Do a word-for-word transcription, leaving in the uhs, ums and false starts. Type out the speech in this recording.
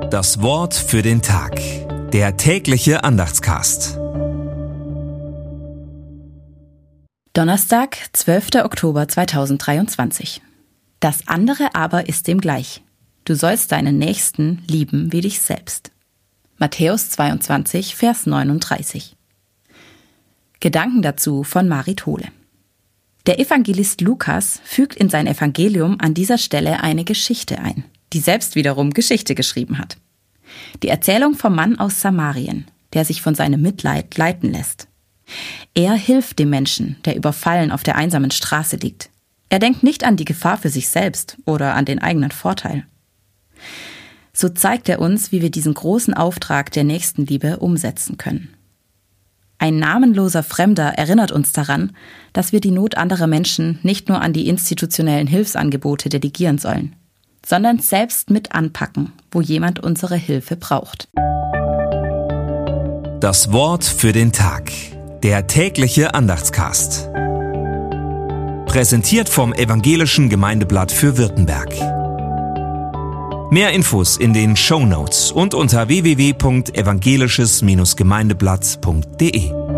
Das Wort für den Tag. Der tägliche Andachtscast. Donnerstag, zwölfter Oktober zweitausenddreiundzwanzig. Das andere aber ist dem gleich. Du sollst deinen Nächsten lieben wie dich selbst. Matthäus zweiundzwanzig, Vers neununddreißig. Gedanken dazu von Marit Hohle. Der Evangelist Lukas fügt in sein Evangelium an dieser Stelle eine Geschichte ein, die selbst wiederum Geschichte geschrieben hat. Die Erzählung vom Mann aus Samarien, der sich von seinem Mitleid leiten lässt. Er hilft dem Menschen, der überfallen auf der einsamen Straße liegt. Er denkt nicht an die Gefahr für sich selbst oder an den eigenen Vorteil. So zeigt er uns, wie wir diesen großen Auftrag der Nächstenliebe umsetzen können. Ein namenloser Fremder erinnert uns daran, dass wir die Not anderer Menschen nicht nur an die institutionellen Hilfsangebote delegieren sollen, sondern selbst mit anpacken, wo jemand unsere Hilfe braucht. Das Wort für den Tag. Der tägliche Andachtscast. Präsentiert vom Evangelischen Gemeindeblatt für Württemberg. Mehr Infos in den Shownotes und unter w w w punkt evangelisches Gemeindeblatt punkt de.